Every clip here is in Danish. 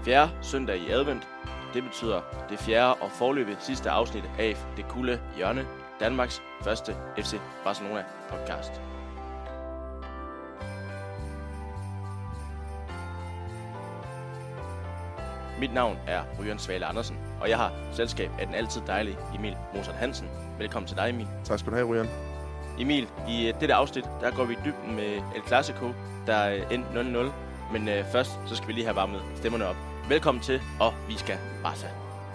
Fjerde søndag i advent. Det betyder det fjerde og foreløbig sidste afsnit af Det Kulde Hjørne, Danmarks første FC Barcelona podcast. Mit navn er Ryan Svale Andersen, og jeg har selskab af den altid dejlige Emil Mozart Hansen. Velkommen til dig, Emil. Tak skal du have, Ryan. Emil, i dette afsnit, der går vi i dybden med El Clasico, der endte 0-0. Men først, så skal vi lige have varmet stemmerne op. Velkommen til, og vi skal Barca.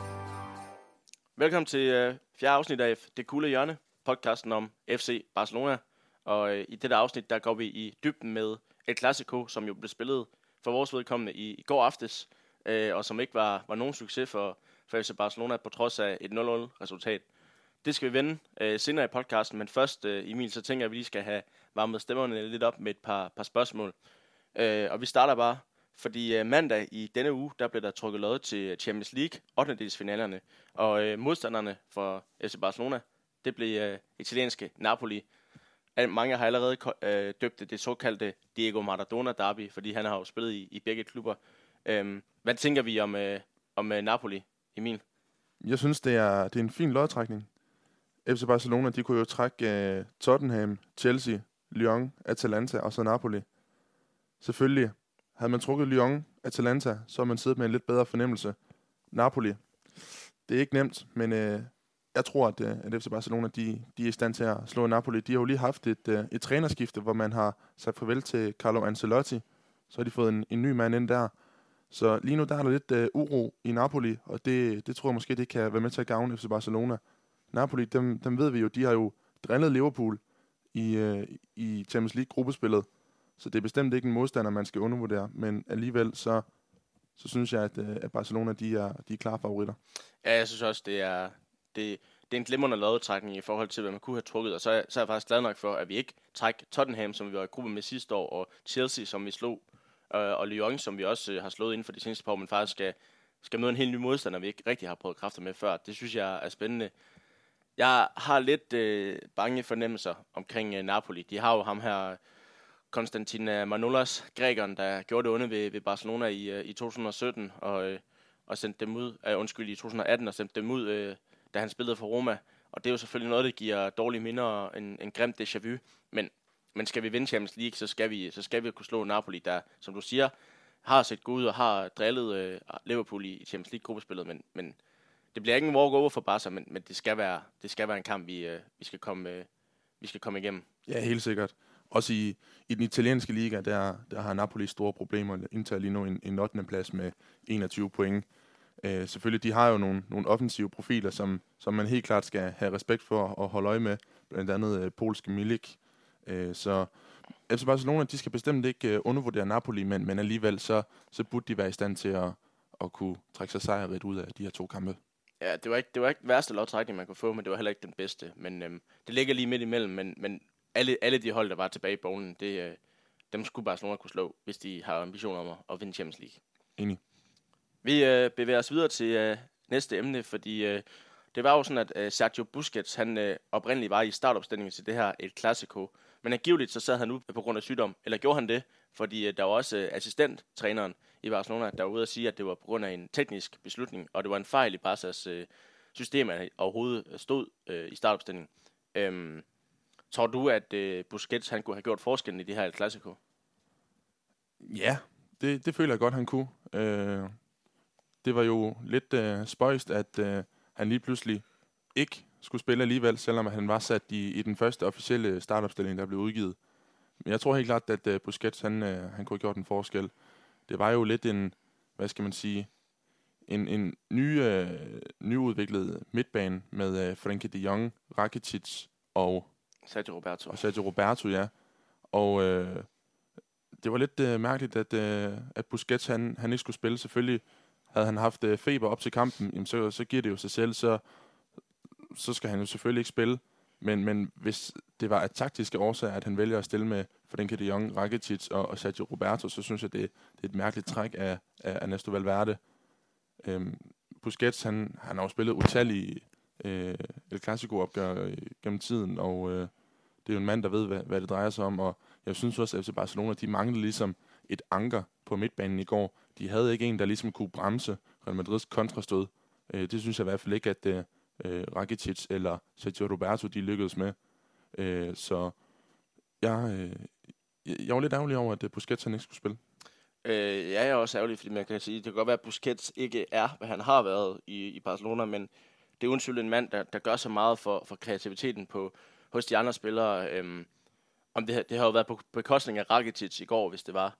Velkommen til fjerde afsnit af Det Kulde Hjørne, podcasten om FC Barcelona. Og i dette afsnit, der går vi i dybden med El Clasico, som jo blev spillet for vores vedkommende i går aftes, og som ikke var nogen succes for FC Barcelona på trods af et 0-0 resultat. Det skal vi vende senere i podcasten, men først, Emil, så tænker jeg, at vi lige skal have varmet stemmerne lidt op med et par spørgsmål. Og vi starter bare, fordi mandag i denne uge, der blev der trukket lod til Champions League 8-delsfinalerne, og modstanderne for FC Barcelona, det blev italienske Napoli. Mange har allerede døbt det såkaldte Diego Maradona derby, fordi han har jo spillet i begge klubber. Hvad tænker vi om Napoli, Emil? Jeg synes, det er en fin lodtrækning. FC Barcelona, de kunne jo trække Tottenham, Chelsea, Lyon, Atalanta og så Napoli. Selvfølgelig, havde man trukket Lyon, Atalanta, så havde man siddet med en lidt bedre fornemmelse. Napoli, det er ikke nemt, men jeg tror, at FC Barcelona, de er i stand til at slå Napoli. De har jo lige haft et trænerskifte, hvor man har sagt farvel til Carlo Ancelotti. Så har de fået en ny mand ind der. Så lige nu, der er der lidt uro i Napoli, og det tror jeg måske, det kan være med til at gavne FC Barcelona. Napoli, dem ved vi jo, de har jo drillet Liverpool i Champions League-gruppespillet. Så det er bestemt ikke en modstander, man skal undervurdere, men alligevel så synes jeg, at Barcelona, de er klare favoritter. Ja, jeg synes også, det er en glimrende lodtrækning i forhold til, hvad man kunne have trukket, og så er jeg faktisk glad nok for, at vi ikke trækker Tottenham, som vi var i gruppe med sidste år, og Chelsea, som vi slog, og Lyon, som vi også har slået inden for de seneste par år, men faktisk skal møde en helt ny modstander, vi ikke rigtig har prøvet kræfter med før. Det synes jeg er spændende. Jeg har lidt bange fornemmelser omkring Napoli. De har jo ham her, Konstantin Manolas, grækeren, der gjorde det onde ved Barcelona i 2017 og sendte dem ud, i 2018 og sendte dem ud, da han spillede for Roma. Og det er jo selvfølgelig noget, der giver dårlige minder og en grim déjà vu. Men skal vi vinde Champions League, så skal vi kunne slå Napoli, der, som du siger, har set god ud og har drillet Liverpool i Champions League-gruppespillet. Men det bliver ikke en walk-over for Barca, men det skal være en kamp, vi skal komme igennem. Ja, helt sikkert. Også i den italienske liga, der har Napoli store problemer. Indtager lige nu en 8. plads med 21 point. Selvfølgelig, de har jo nogle offensive profiler, som man helt klart skal have respekt for at holde øje med. Blandt andet polske Milik. Så FC Barcelona, de skal bestemt ikke undervurdere Napoli, men alligevel så burde de være i stand til at kunne trække sig sejrigt ud af de her 2 kampe. Ja, det var ikke den værste lodtrækning, man kunne få, men det var heller ikke den bedste. Men det ligger lige midt imellem, men alle de hold, der var tilbage i bowlen, dem skulle Barcelona kunne slå, hvis de har ambitioner om at vinde Champions League. Enig. Vi bevæger os videre til næste emne, fordi det var jo sådan, at Sergio Busquets, han oprindeligt var i startopstillingen til det her El Clasico, men angiveligt så sad han ud på grund af sygdom, eller gjorde han det, fordi der var også assistenttræneren i Barcelona, der var ude at sige, at det var på grund af en teknisk beslutning, og det var en fejl i Barcas system, at han overhovedet stod i startopstillingen. Tror du, at Busquets han kunne have gjort forskellen i det her El Clasico? Ja, det føler jeg godt, han kunne. Det var jo lidt spøjst, at han lige pludselig ikke skulle spille alligevel, selvom han var sat i den første officielle startopstilling, der blev udgivet. Men jeg tror helt klart, at Busquets han kunne have gjort en forskel. Det var jo lidt en nyudviklet midtbane med Frenkie de Jong, Rakitic og Sergio Roberto, ja. Og det var lidt mærkeligt, at Busquets han ikke skulle spille. Selvfølgelig havde han haft feber op til kampen, jamen så giver det jo sig selv, så skal han jo selvfølgelig ikke spille. Men hvis det var af taktiske årsager, at han vælger at stille med Frenkie de Jong, Rakitic og Sergio Roberto, så synes jeg, det er et mærkeligt træk af Ernesto Valverde. Busquets, han har jo spillet utallige El Clasico-opgør gennem tiden, og det er jo en mand, der ved, hvad det drejer sig om, og jeg synes også, at FC Barcelona, de manglede ligesom et anker på midtbanen i går. De havde ikke en, der ligesom kunne bremse Real Madrids kontrastød. Det synes jeg i hvert fald ikke, at Rakitic eller Sergio Roberto, de lykkedes med. Så jeg var lidt ærgerlig over, at Busquets han ikke skulle spille. Ja, jeg er også ærgerlig, fordi man kan sige, det kan godt være, at Busquets ikke er, hvad han har været i Barcelona, men det er uden tvivl en mand, der gør så meget for kreativiteten hos de andre spillere. Det har jo været på bekostning af Rakitic i går, hvis det var.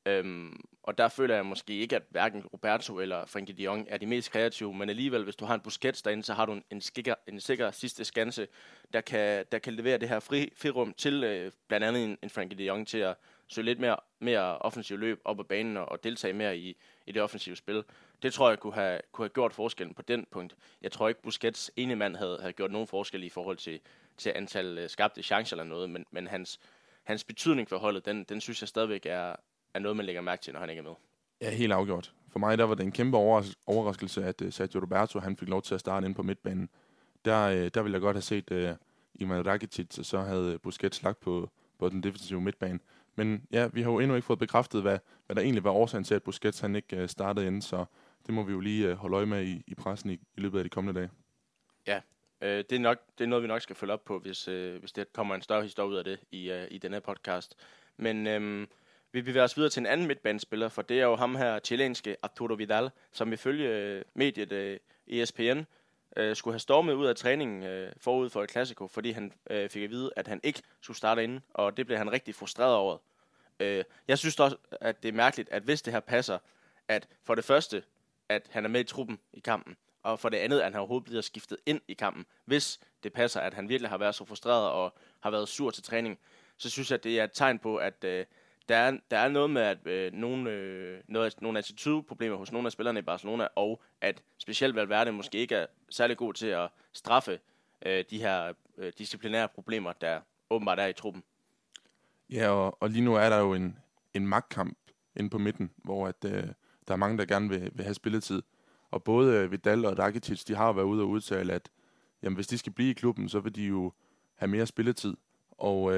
Og der føler jeg måske ikke, at hverken Roberto eller Frenkie de Jong er de mest kreative, men alligevel, hvis du har en Busquets derinde, så har du en sikker sidste skanse, der kan levere det her frirum til blandt andet en Frenkie de Jong til at søge lidt mere offensiv løb op ad banen og deltage mere i det offensive spil. Det tror jeg kunne have gjort forskellen på den punkt. Jeg tror ikke, Busquets ene mand havde gjort nogen forskel i forhold til antal skabte chancer eller noget, men hans betydning for holdet, den synes jeg stadigvæk er noget, man lægger mærke til, når han ikke er med. Ja, helt afgjort. For mig der var det en kæmpe overraskelse, at Sergio Roberto han fik lov til at starte ind på midtbanen. Der ville jeg godt have set Iman Rakitic, og så havde Busquets lagt på den defensive midtbane. Men ja, vi har jo endnu ikke fået bekræftet, hvad der egentlig var årsagen til, at Busquets han ikke startede inden, så det må vi jo lige holde øje med i pressen i løbet af de kommende dage. Ja, det er noget, vi nok skal følge op på, hvis det kommer en større historie ud af det i denne podcast. Men vi bevæger os videre til en anden midtbanespiller, for det er jo ham her, chilenske Arturo Vidal, som ifølge mediet ESPN skulle have stormet ud af træningen forud for et Clasico, fordi han fik at vide, at han ikke skulle starte inden, og det blev han rigtig frustreret over. Jeg synes også, at det er mærkeligt, at hvis det her passer, at for det første, at han er med i truppen i kampen, og for det andet, at han overhovedet bliver skiftet ind i kampen, hvis det passer, at han virkelig har været så frustreret og har været sur til træning, så synes jeg, at det er et tegn på, at der er noget med at nogle attitude-problemer hos nogle af spillerne i Barcelona, og at specielt Valverde måske ikke er særlig god til at straffe de her disciplinære problemer, der åbenbart er i truppen. Ja, og lige nu er der jo en magtkamp inde på midten, hvor at, der er mange, der gerne vil have spilletid. Og både Vidal og Rakitic, de har været ude og udtale, at jamen, hvis de skal blive i klubben, så vil de jo have mere spilletid. Og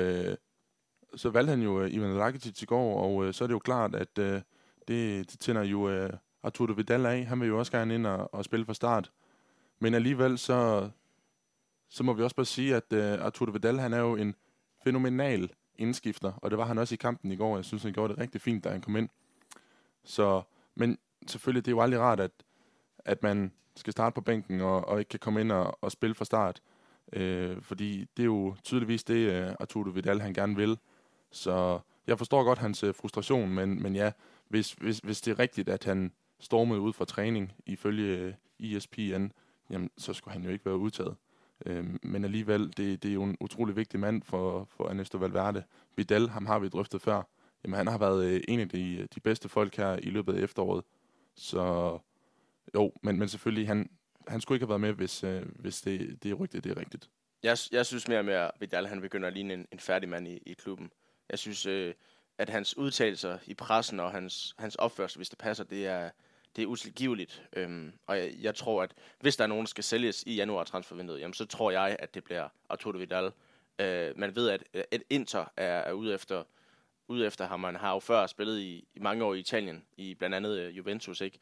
så valgte han jo Ivan Rakitic i går, og så er det jo klart, at det tænder jo Arturo Vidal af. Han vil jo også gerne ind og spille fra start. Men alligevel så må vi også bare sige, at Arturo Vidal, han er jo en fænomenal indskifter, og det var han også i kampen i går. Jeg synes, han gjorde det rigtig fint, da han kom ind. Så, men selvfølgelig, det er jo aldrig rart, at man skal starte på bænken og ikke kan komme ind og spille fra start. Fordi det er jo tydeligvis det, Arturo Vidal han gerne vil. Så jeg forstår godt hans frustration, men ja, hvis det er rigtigt, at han stormede ud fra træning ifølge ESPN, jamen, så skulle han jo ikke være udtaget. Men alligevel, det er jo en utrolig vigtig mand for Ernesto Valverde. Vidal, ham har vi drøftet før. Jamen, han har været en af de bedste folk her i løbet af efteråret. Så jo, men selvfølgelig, han skulle ikke have været med, hvis det rygte, det er rigtigt. Jeg synes mere og mere, at Vidal han begynder at ligne en færdig mand i klubben. Jeg synes, at hans udtalelser i pressen og hans opførsel, hvis det passer, det er utilgiveligt. Og jeg tror, at hvis der er nogen, der skal sælges i januar-transfervinduet, jamen, så tror jeg, at det bliver Arturo Vidal. Man ved, at Inter er ude efter ham. Man har jo før spillet i mange år i Italien, i blandt andet Juventus, ikke?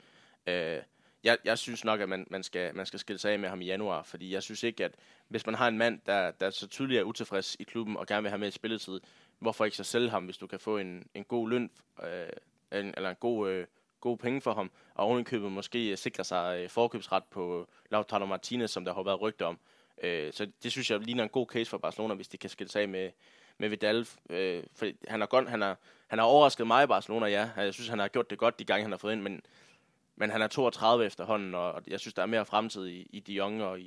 Jeg synes nok, at man skal skille sig af med ham i januar, fordi jeg synes ikke, at hvis man har en mand, der så tydeligt er utilfreds i klubben og gerne vil have med i spilletid, hvorfor ikke så sælge ham, hvis du kan få en god løn eller en god penge for ham, og ovenikøbet måske sikre sig forkøbsret på Lautaro Martinez, som der har været rygter om. Så det synes jeg ligner en god case for Barcelona, hvis de kan skille sig af med Vidal. For han har overrasket mig i Barcelona, ja. Jeg synes, han har gjort det godt de gange, han har fået ind, men han er 32 efterhånden, og jeg synes, der er mere fremtid i De Jong og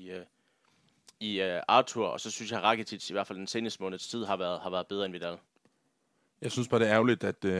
i Arthur, og så synes jeg, Rakitic i hvert fald den seneste måneds tid har været bedre end Vidal. Jeg synes bare, det er ærgerligt,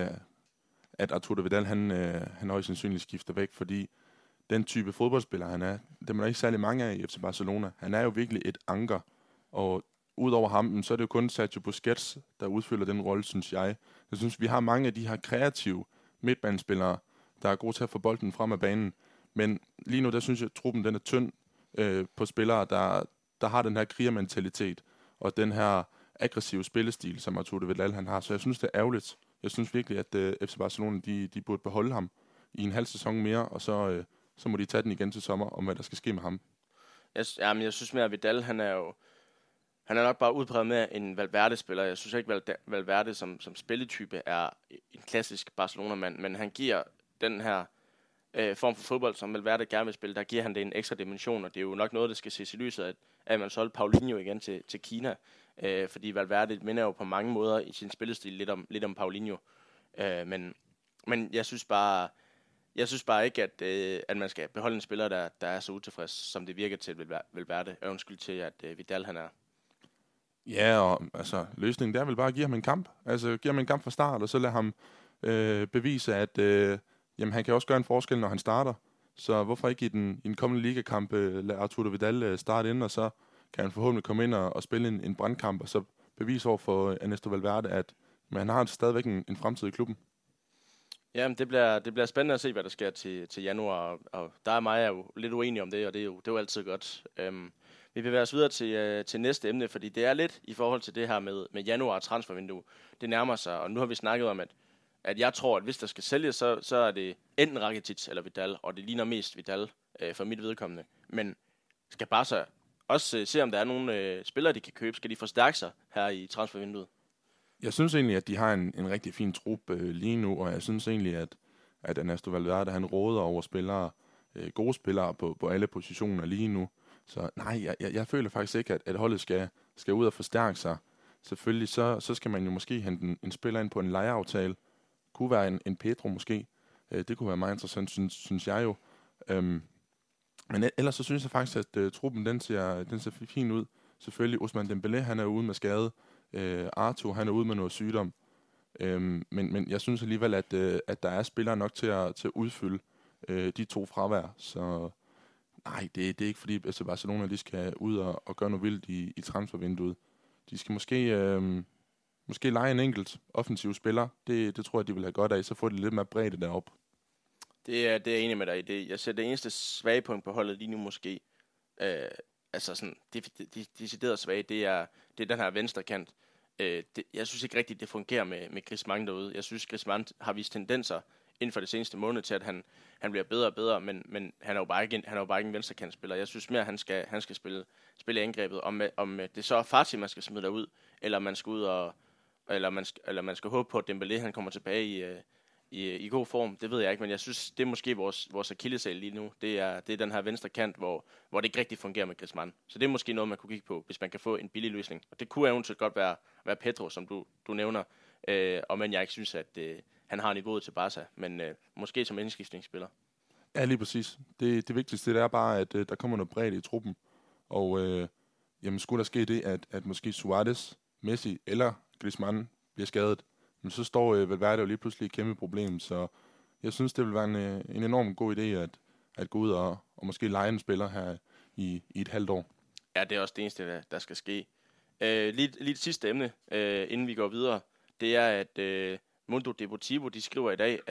at Arturo Vidal, han højst sandsynligt skifter væk, fordi den type fodboldspiller, han er, det er der ikke særlig mange af i FC Barcelona. Han er jo virkelig et anker, og udover ham, så er det jo kun Sergio Busquets, der udfylder den rolle, synes jeg. Jeg synes, vi har mange af de her kreative midtbanespillere, der er gode til at få bolden frem af banen, men lige nu, der synes jeg, at truppen den er tynd på spillere, der har den her krigermentalitet, og den her aggressive spillestil, som Arturo Vidal han har. Så jeg synes, det er ærgerligt, Jeg synes virkelig, at FC Barcelona, de burde beholde ham i en halv sæson mere, og så må de tage den igen til sommer, om hvad der skal ske med ham. Jeg synes mere, at Vidal, han er nok bare udpræget med en Valverde-spiller. Jeg synes ikke, Valverde som spilletype er en klassisk Barcelona-mand, men han giver den her form for fodbold, som Valverde gerne vil spille, der giver han det en ekstra dimension, og det er jo nok noget, der skal ses i lyset, at man solgte Paulinho igen til Kina, fordi Valverde minder jo på mange måder i sin spillestil lidt om Paulinho, men jeg synes bare ikke, at man skal beholde en spiller, der er så utilfreds, som det virker til Valverde. Undskyld til, at Vidal han er. Ja, og altså, løsningen der er vel bare at give ham en kamp. Altså, give ham en kamp fra start, og så lade ham bevise, at jamen, han kan også gøre en forskel, når han starter. Så hvorfor ikke i den kommende ligakamp lade Arturo Vidal starte ind, og så kan han forhåbentlig komme ind og spille en brandkamp, og så bevise over for Ernesto Valverde, at han har stadigvæk en fremtid i klubben. Jamen, det bliver spændende at se, hvad der sker til januar, og der er mig jo lidt uenig om det, og det er jo altid godt. Vi bevæger os videre til næste emne, fordi det er lidt i forhold til det her med januar transfervindue. Det nærmer sig, og nu har vi snakket om, at jeg tror, at hvis der skal sælges, så er det enten Rakitic eller Vidal, og det ligner mest Vidal for mit vedkommende. Men skal bare så også se, om der er nogle spillere, de kan købe. Skal de forstærke sig her i transfervinduet? Jeg synes egentlig, at de har en rigtig fin trup lige nu, og jeg synes egentlig, at Ernesto Valverde, han råder over spillere, gode spillere på alle positioner lige nu. Så nej, jeg føler faktisk ikke, at holdet skal ud og forstærke sig. Selvfølgelig så skal man jo måske hente en spiller ind på en lejeaftale. Kunne være en Pedro måske. Det kunne være meget interessant, synes jeg jo. Men ellers så synes jeg faktisk, at truppen den ser fin ud. Selvfølgelig Ousmane Dembélé, han er ude med skade. Arthur, han er ude med noget sygdom. Men jeg synes alligevel, at der er spillere nok til at udfylde de to fravær. Så nej, det er ikke fordi Barcelona de skal ud og gøre noget vildt i transfervinduet. De skal måske lege en enkelt offensiv spiller. Det tror jeg, de vil have godt af. Så får de lidt mere bredde derop. Det er jeg enig med dig i. Det. Jeg ser det eneste svage punkt på holdet lige nu måske. Altså sådan, decideret svage, det er den her venstre kant. Jeg synes ikke rigtigt, det fungerer med Griezmann derude. Jeg synes, Griezmann har vist tendenser inden for det seneste måned til, at han bliver bedre og bedre, men han er jo bare ikke en venstrekantspiller. Jeg synes mere, han skal spille angrebet. Om det så er Fati, man skal smide derud, eller man skal ud eller man skal håbe på, at Dembélé han kommer tilbage i god form, det ved jeg ikke, men jeg synes, det er måske vores akilleshæl lige nu. Det er den her venstre kant, hvor det ikke rigtig fungerer med Griezmann. Så det er måske noget, man kunne kigge på, hvis man kan få en billig løsning. Og det kunne eventuelt godt være Pedro, som du nævner, og men jeg ikke synes, at han har niveauet til Barca, men måske som indskiftningsspiller. Ja, lige præcis. Det vigtigste det er bare, at der kommer noget bredt i truppen, og jamen skulle der ske det, at måske Suarez, Messi eller Griezmann bliver skadet, men så står Valverde jo lige pludselig et kæmpe problem, så jeg synes, det vil være en enorm god idé at gå ud og måske lege en spiller her i et halvt år. Ja, det er også det eneste, der skal ske. Lige det sidste emne, inden vi går videre, det er, at Mundo Deportivo, de skriver i dag,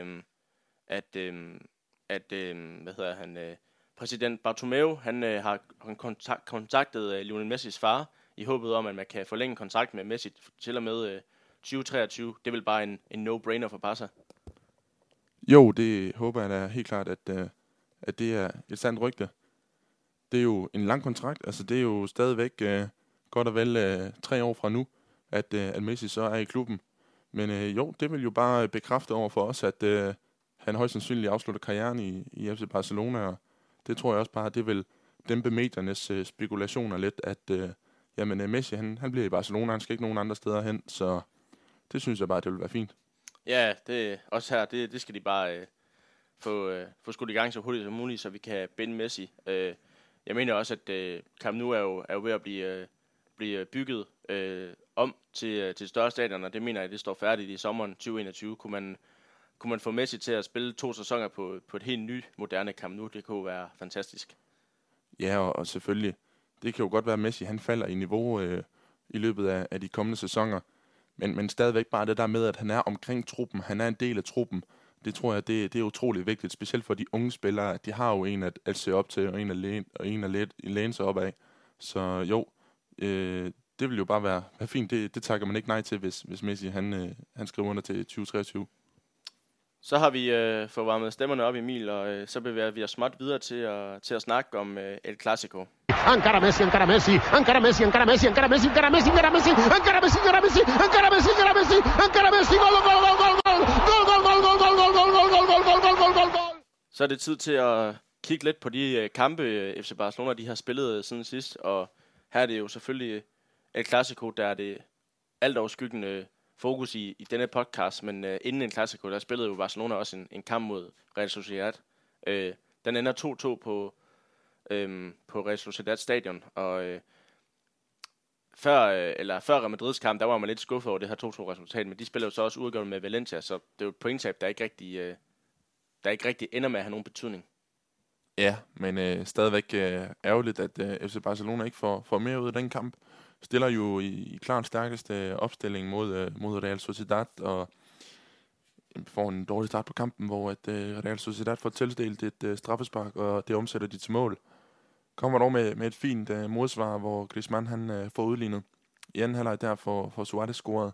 at præsident Bartomeu, han har kontaktet Lionel Messis far, i håbet om, at man kan forlænge kontrakt med Messi til og med 2023. Det er vel bare en no-brainer for Barca? Jo, det håber jeg da helt klart, at det er et sandt rygte. Det er jo en lang kontrakt, altså det er jo stadigvæk godt og vel 3 år fra nu, at Messi så er i klubben. Men jo, det vil jo bare bekræfte over for os, at han højst sandsynligt afslutter karrieren i FC Barcelona, og det tror jeg også bare, det vil dæmpe mediernes spekulationer lidt, at jamen Messi, han bliver i Barcelona, han skal ikke nogen andre steder hen, så det synes jeg bare, det vil være fint. Ja, det også her, det skal de bare få skudt i gang så hurtigt som muligt, så vi kan binde Messi. Jeg mener også, at Camp Nou er jo ved at blive bygget om til større stadion, og det mener jeg, det står færdigt i sommeren 2021. Kunne man få Messi til at spille 2 sæsoner på et helt nyt, moderne Camp Nou, det kunne være fantastisk. Ja, og selvfølgelig, det kan jo godt være, at Messi han falder i niveau i løbet af de kommende sæsoner, men stadigvæk bare det der med, at han er omkring truppen, han er en del af truppen, det tror jeg, det er utroligt vigtigt, specielt for de unge spillere, at de har jo en at se op til, og en at læne sig op af. Så jo, det vil jo bare være fint. Det takker man ikke nej til, hvis Messi han skriver under til 2023. Så har vi fået varmet stemmerne op, Emil, og så bevæger vi os småt videre til at snakke om El Clasico. Encara Messi, encara Messi, encara Messi, encara Messi, encara Messi, encara Messi, encara Messi, encara Messi, encara Messi, encara Messi, encara Messi, encara Messi, gol, gol, gol, gol, gol, gol, gol, gol, gol, gol, gol, gol, gol, gol, gol, gol, gol, gol. Så er det tid til at kigge lidt på de kampe, FC Barcelona de har spillet siden sidst, og her er det jo selvfølgelig El Clasico, der er det alt overskyggende fokus i denne podcast, men inden El Clasico, der spillede jo Barcelona også en kamp mod Real Sociedad. Den ender 2-2 på Real Sociedad stadion, og før Real Madrids kamp, der var man lidt skuffet over det her 2-2 resultat, men de spiller jo så også uafgjort med Valencia, så det er jo et pointtab, der ikke rigtig ender med at have nogen betydning. Ja, men stadigvæk ærgerligt, at FC Barcelona ikke får mere ud af den kamp. Stiller jo i klart stærkeste opstilling mod Real Sociedad, og får en dårlig start på kampen, hvor Real Sociedad får tildelt et straffespark, og det omsætter de til mål. Kommer dog med et fint modsvar, hvor Griezmann han får udlignet. I anden halvleg der får Suarez scoret.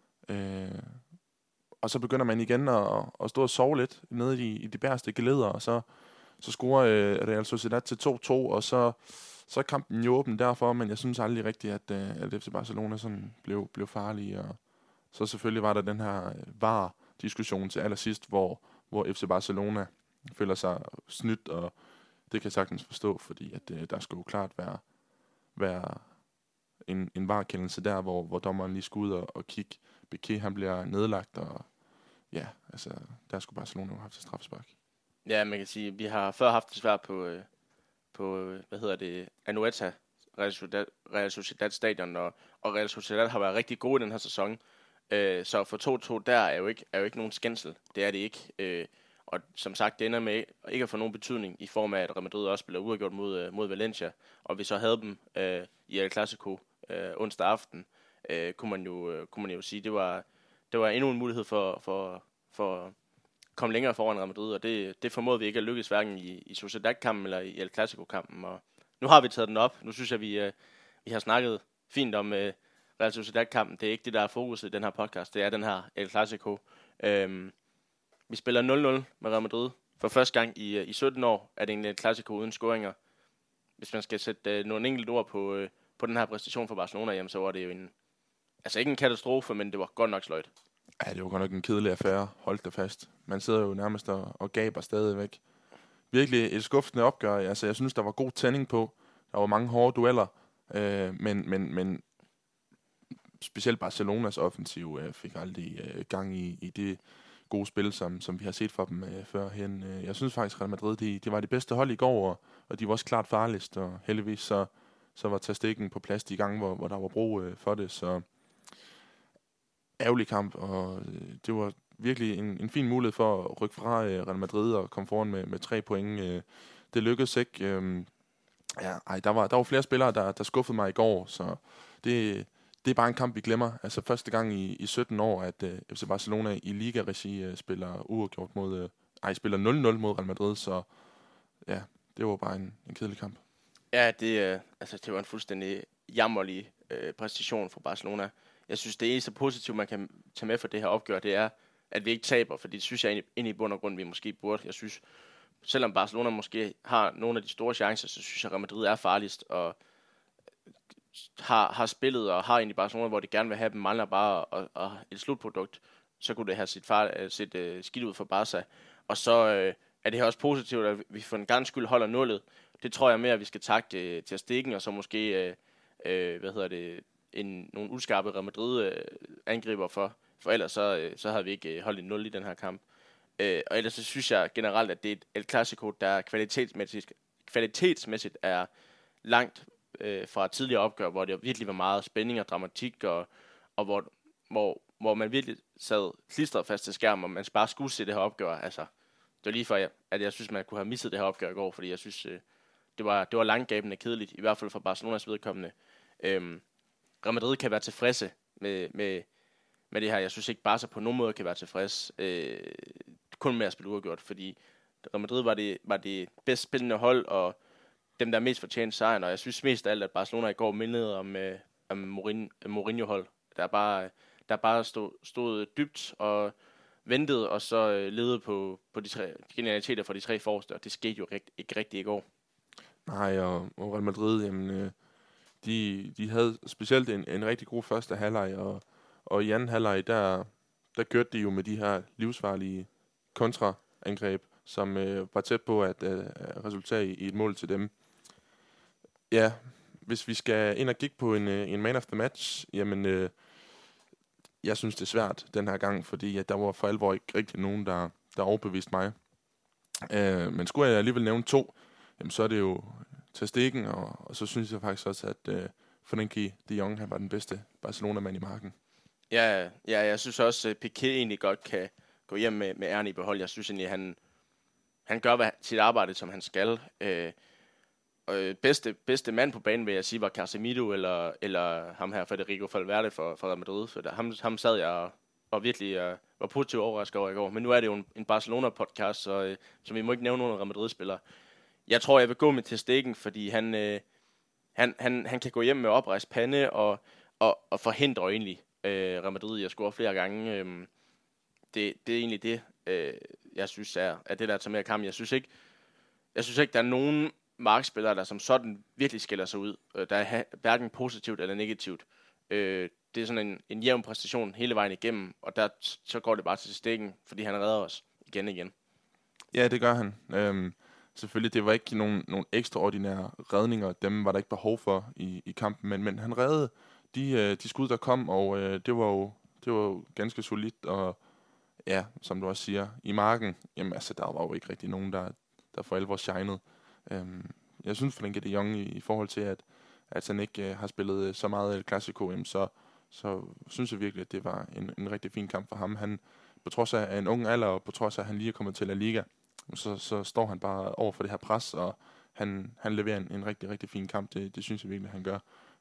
Og så begynder man igen at stå og sove lidt nede i de bærste geleder, og så scorer Real Sociedad til 2-2, og så er kampen jo åben derfor, men jeg synes aldrig rigtigt, at FC Barcelona sådan blev farlige. Og så selvfølgelig var der den her VAR-diskussion til allersidst, hvor FC Barcelona føler sig snydt, og det kan jeg sagtens forstå, fordi at der skulle jo klart være en VAR-kendelse der, hvor dommeren lige skulle ud og kigge. Piqué, han bliver nedlagt, og ja, altså, der skulle Barcelona jo have haft et straffespark. Ja, man kan sige, vi har før haft det svært på Anoeta, Real Sociedad stadion, og Real Sociedad har været rigtig gode i den her sæson. Så for 2-2 der er jo ikke nogen skændsel. Det er det ikke. Og som sagt, det ender med ikke at få nogen betydning i form af, at Real Madrid også spiller uafgjort mod Valencia. Og vi så havde dem i El Clasico onsdag aften, kunne man jo sige, det var endnu en mulighed for at komme længere foran Real Madrid, og det formåede vi ikke at lykkes hverken i Sociedad-kampen eller i El Clasico-kampen. Og nu har vi taget den op. Nu synes jeg, vi har snakket fint om Real Sociedad-kampen. Det er ikke det, der er fokuset i den her podcast. Det er den her El Clasico. Vi spiller 0-0 med Real Madrid. For første gang i 17 år er det en El Clasico uden scoringer. Hvis man skal sætte nogle enkelte ord på den her præstation for Barcelona, jamen, så var det jo ikke en katastrofe, men det var godt nok sløjt. Ja, det var godt nok en kedelig affære. Hold da fast. Man sidder jo nærmest og gaber stadigvæk. Virkelig et skuffende opgør. Altså, jeg synes, der var god tænding på. Der var mange hårde dueller. Men specielt Barcelonas offensiv fik aldrig gang i det gode spil, som vi har set fra dem førhen. Jeg synes faktisk, Real Madrid de var det bedste hold i går, og de var også klart farligst. Og heldigvis så var Ter Stegen på plads de gange, hvor der var brug for det. Så ærgerlig kamp, og det var virkelig en fin mulighed for at rykke fra Real Madrid og komme foran med 3 point. Det lykkedes ikke. Der var flere spillere, der skuffede mig i går, så det er bare en kamp, vi glemmer. Altså første gang i 17 år, at FC Barcelona i liga-regi spiller 0-0 mod Real Madrid, så ja, det var bare en kedelig kamp. Ja, det var en fuldstændig jammerlig præstation for Barcelona. Jeg synes, det eneste positive, man kan tage med for det her opgør, det er, at vi ikke taber, fordi det synes jeg ind i bund og grund, vi måske burde. Jeg synes, selvom Barcelona måske har nogle af de store chancer, så synes jeg, at Real Madrid er farligst, og har spillet, og har egentlig Barcelona, hvor de gerne vil have dem, mangler bare og et slutprodukt, så kunne det have set skidt ud for Barca. Og så er det her også positivt, at vi for en gang skyld holder nullet. Det tror jeg mere, at vi skal takke til Stegen, og så måske, nogle uskarpe Real Madrid angriber for ellers så havde vi ikke holdt en 0 i den her kamp. Og ellers så synes jeg generelt, at det er et El Clasico, der kvalitetsmæssigt er langt fra tidligere opgør, hvor det virkelig var meget spænding og dramatik, og hvor man virkelig sad klistret fast til skærmen, og man bare skulle se det her opgør. Altså, det var lige for, at jeg synes, man kunne have misset det her opgør i går, fordi jeg synes, det var langgabende kedeligt, i hvert fald for Barcelonas vedkommende. Real Madrid kan være tilfredse med det her. Jeg synes ikke, Barca på nogen måde kan være tilfreds kun med at spille uafgjort, fordi Real Madrid var det bedst spillende hold, og dem, der mest fortjente sejren, og jeg synes mest af alt, at Barcelona i går mindede Mourinho-hold. Der er bare stod dybt og ventede, og så levede på de tre genialiteter for de tre forreste, og det skete jo ikke rigtigt i går. Nej, og Real Madrid, jamen, de havde specielt en rigtig god første halvleg, og i anden halvleg, der kørte de jo med de her livsfarlige kontraangreb, som var tæt på at resultere i et mål til dem. Ja, hvis vi skal ind og kigge på en man of the match, jamen, jeg synes, det er svært den her gang, fordi at der var for alvor ikke rigtig nogen, der overbeviste mig. Men skulle jeg alligevel nævne 2, jamen, så er det jo Ter Stegen, og så synes jeg faktisk også, at Frenkie de Jong, han var den bedste Barcelona-mand i marken. Ja, jeg synes også, at Piqué egentlig godt kan gå hjem med æren i behold. Jeg synes egentlig, han gør sit arbejde, som han skal. Bedste mand på banen, vil jeg sige, var Casemiro eller ham her, Federico Valverde for Real Madrid. For ham sad jeg og virkelig var positivt overrasket over i går. Men nu er det jo en Barcelona-podcast, så vi må ikke nævne nogen Real Madrid-spillere. Jeg tror, jeg vil gå med Ter Stegen, fordi han kan gå hjem med oprejst pande og forhindre egentlig Real Madrid i at score flere gange. Det er egentlig det, jeg synes er det, der tager mere kamp. Jeg synes ikke, der er nogen markspillere, der som sådan virkelig skiller sig ud. Der er hverken positivt eller negativt. Det er sådan en jævn præstation hele vejen igennem, og så går det bare til Stegen, fordi han redder os igen. Ja, det gør han. Selvfølgelig, det var ikke nogen ekstraordinære redninger. Dem var der ikke behov for i kampen, men han reddede de skud, der kom, og det var jo ganske solidt. Og ja, som du også siger, i marken, jamen altså, der var jo ikke rigtig nogen, der for alvor shinede. Jeg synes, Frenkie de Jong i forhold til, at han ikke har spillet så meget El Clasico, så synes jeg virkelig, at det var en rigtig fin kamp for ham. Han, på trods af en ung alder, og på trods af, at han lige er kommet til La Liga, så står han bare over for det her pres, og han leverer en rigtig, rigtig fin kamp. Det synes jeg virkelig, han gør.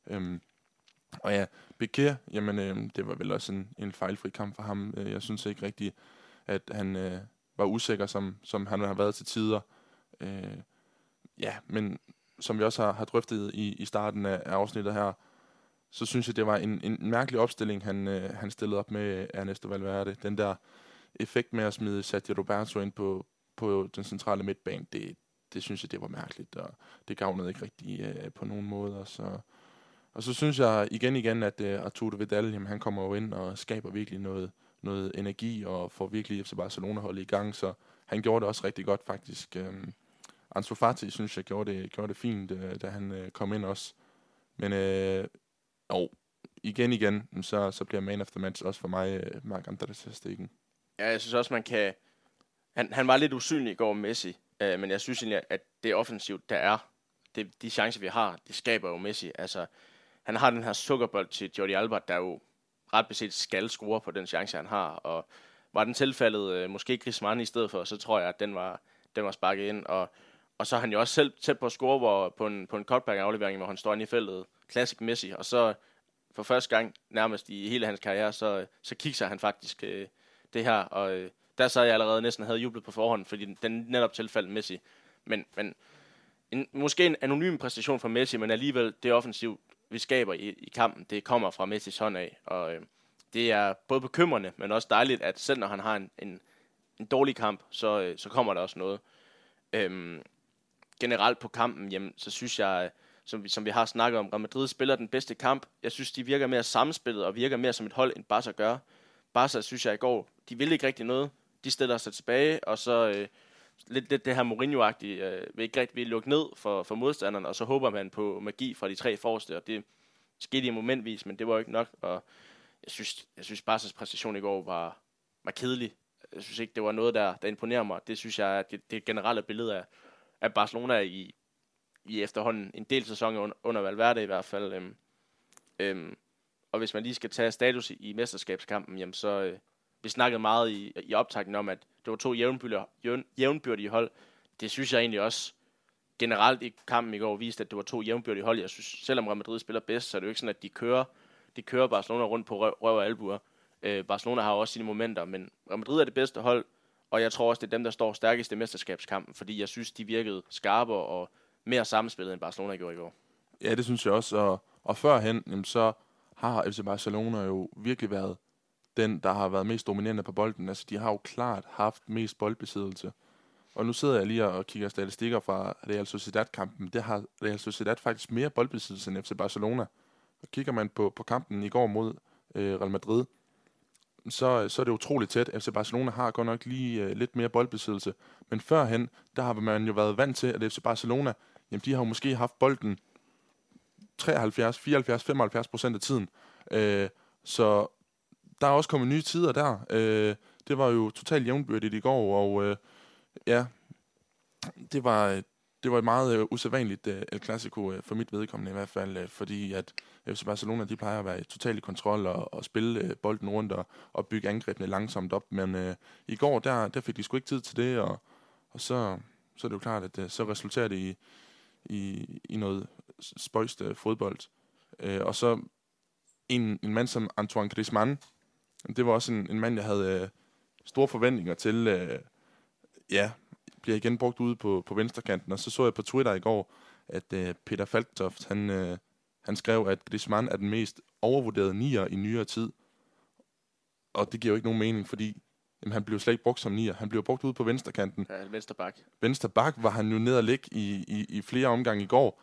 Og ja, Piqué, jamen, det var vel også en fejlfri kamp for ham. Jeg synes ikke rigtigt, at han var usikker, som han har været til tider. Ja, men som vi også har drøftet i starten af afsnittet her, så synes jeg, det var en mærkelig opstilling, han stillede op med Ernesto Valverde. Den der effekt med at smide Sergio Roberto ind på den centrale midtbane, det synes jeg, det var mærkeligt, og det gavnede ikke rigtig på nogen måde. Og så synes jeg igen, at Arturo Vidal, jamen, han kommer jo ind og skaber virkelig noget energi, og får virkelig FC Barcelona-holdet i gang, så han gjorde det også rigtig godt, faktisk. Ansu Fati, synes jeg, gjorde det fint, da han kom ind også. Men igen, så bliver man of the match også for mig, Marc-André Ter Stegen. Ja, jeg synes også, man kan... Han var lidt usynlig i går, Messi, men jeg synes egentlig, at det offensivt, der er, de chancer, vi har, det skaber jo Messi. Altså, han har den her sukkerbold til Jordi Alba, der jo ret beset skal score på den chance, han har, og var den tilfældet måske Griezmann i stedet for, så tror jeg, at den var sparket ind, og så er han jo også selv tæt på at score på en cutback-aflevering, hvor han står inde i feltet. Classic Messi, og så for første gang nærmest i hele hans karriere, så kigger han faktisk det her, og der så jeg allerede næsten havde jublet på forhånd, fordi den netop tilfældet Messi. Men måske en anonym præstation fra Messi, men alligevel det offensiv, vi skaber i kampen, det kommer fra Messis hånd af, og det er både bekymrende, men også dejligt, at selv når han har en dårlig kamp, så kommer der også noget. Generelt på kampen, jamen, så synes jeg, som vi har snakket om, Real Madrid spiller den bedste kamp. Jeg synes, de virker mere samspillet og virker mere som et hold, end Barca gør. Barca, synes jeg i går, de ville ikke rigtig noget. De stiller sig tilbage, og så lidt det her Mourinho-agtige, vil ikke rigtig lukke ned for modstanderne, og så håber man på magi fra de tre forreste, og det skete i momentvis, men det var jo ikke nok, og jeg synes Barcas præstation i går var kedelig. Jeg synes ikke, det var noget, der imponerer mig. Det synes jeg, at det generelle billede af Barcelona i efterhånden en del sæsoner under Valverde i hvert fald. Og hvis man lige skal tage status i mesterskabskampen, jamen så... Vi snakkede meget i optakten om, at det var 2 jævnbyrdige hold. Det synes jeg egentlig også generelt i kampen i går viste, at det var 2 jævnbyrdige hold. Jeg synes, selvom Real Madrid spiller bedst, så er det jo ikke sådan, at de kører Barcelona rundt på røv og albuer. Barcelona har også sine momenter, men Real Madrid er det bedste hold, og jeg tror også, det er dem, der står stærkest i mesterskabskampen, fordi jeg synes, de virkede skarpere og mere sammenspillet, end Barcelona gjorde i går. Ja, det synes jeg også, Og førhen, jamen, så har FC Barcelona jo virkelig været den, der har været mest dominerende på bolden. Altså, de har jo klart haft mest boldbesiddelse. Og nu sidder jeg lige og kigger statistikker fra Real Sociedad-kampen. Det har Real Sociedad faktisk mere boldbesiddelse end FC Barcelona. Og kigger man på kampen i går mod Real Madrid, så er det utroligt tæt. FC Barcelona har godt nok lige lidt mere boldbesiddelse. Men førhen, der har man jo været vant til, at FC Barcelona, jamen de har jo måske haft bolden 73, 74, 75% af tiden. Så der er også kommet nye tider der. Det var jo totalt jævnbyrdigt i går, og ja, det var et meget usædvanligt El Clasico for mit vedkommende i hvert fald, fordi at FC Barcelona, de plejer at være totalt i kontrol og spille bolden rundt og bygge angrebene langsomt op, men i går, der fik de sgu ikke tid til det, og så er det jo klart, at så resulterer det i noget spøjst fodbold. Og så en mand som Antoine Griezmann, det var også en mand, jeg havde store forventninger til, bliver igen brugt ude på venstrekanten, og så jeg på Twitter i går, at Peter Falktoft, han skrev, at Griezmann er den mest overvurderede nier i nyere tid. Og det giver jo ikke nogen mening, fordi han blev slet ikke brugt som nier. Han blev brugt ude på venstrekanten. Ja, vensterbak. Vensterbak var han jo nede og ligge i flere omgange i går.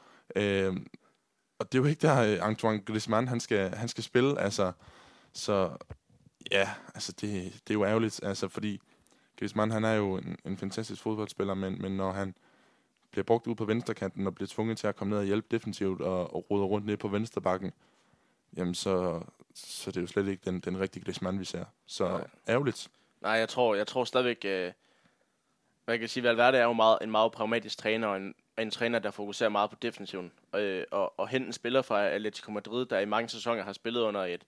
Og det er jo ikke der, Antoine Griezmann, han skal spille. Altså, så ja, altså det er jo ærgerligt, altså, fordi Griezmann, han er jo en fantastisk fodboldspiller, men når han bliver brugt ud på venstrekanten og bliver tvunget til at komme ned og hjælpe defensivt og rode rundt ned på venstrebakken, jamen så er det jo slet ikke den rigtige Griezmann, vi ser. Så ærgerligt. Nej, jeg tror stadigvæk, hvad jeg kan sige, Valverde er jo en meget pragmatisk træner, og en træner, der fokuserer meget på defensiven. Og hente en spiller fra Atletico Madrid, der i mange sæsoner har spillet under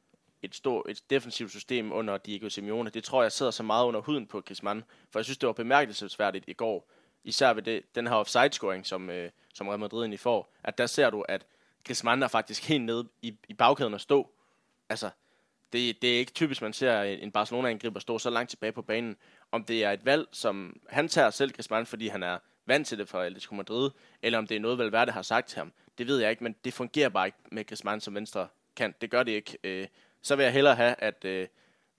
et defensivt system under Diego Simeone. Det tror jeg sidder så meget under huden på Griezmann, for jeg synes, det var bemærkelsesværdigt i går, især ved den her offside-scoring, som Real Madrid egentlig får, at der ser du, at Griezmann er faktisk helt nede i bagkæden at stå. Altså, det er ikke typisk, man ser en Barcelona-angriber stå så langt tilbage på banen. Om det er et valg, som han tager selv, Griezmann, fordi han er vant til det fra Atletico Madrid, eller om det er noget, Valverde har sagt til ham, det ved jeg ikke, men det fungerer bare ikke med Griezmann som venstre kant. Det gør det ikke. Så vil jeg hellere have, at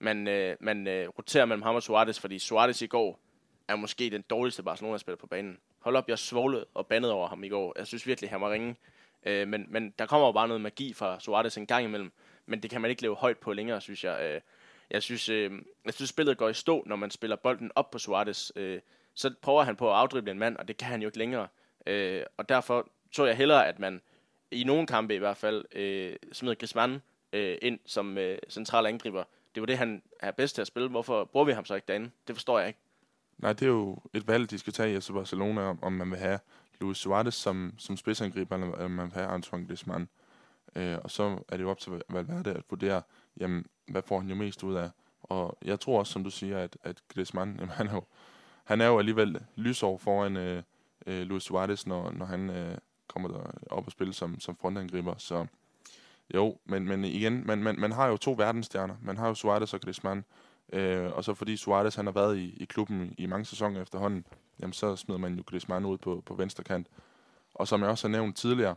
man roterer mellem ham og Suarez, fordi Suarez i går er måske den dårligste Barcelona-spiller på banen. Hold op, jeg svovlede og bandede over ham i går. Jeg synes virkelig, han var ringe. Men der kommer jo bare noget magi fra Suarez en gang imellem, men det kan man ikke leve højt på længere, synes jeg. Jeg synes, spillet går i stå, når man spiller bolden op på Suarez. Så prøver han på at afdrible en mand, og det kan han jo ikke længere. Og derfor tror jeg hellere, at man i nogle kampe i hvert fald smider Griezmann ind som central angriber. Det var det, han er bedst til at spille. Hvorfor bruger vi ham så ikke derinde? Det forstår jeg ikke. Nej, det er jo et valg, de skal tage i FC Barcelona, om man vil have Luis Suarez som spidsangriber, eller om man vil have Antoine Griezmann. Og så er det jo op til Valverde at vurdere, jamen, hvad får han jo mest ud af. Og jeg tror også, som du siger, at Griezmann, jamen, han er jo alligevel lysår foran Luis Suarez, når han kommer op og spille som frontangriber. Så jo, men igen, man har jo to verdensstjerner. Man har jo Suarez og Griezmann. Og så fordi Suarez han har været i klubben i mange sæsoner efterhånden, jamen så smider man jo Griezmann ud på venstre kant. Og som jeg også har nævnt tidligere,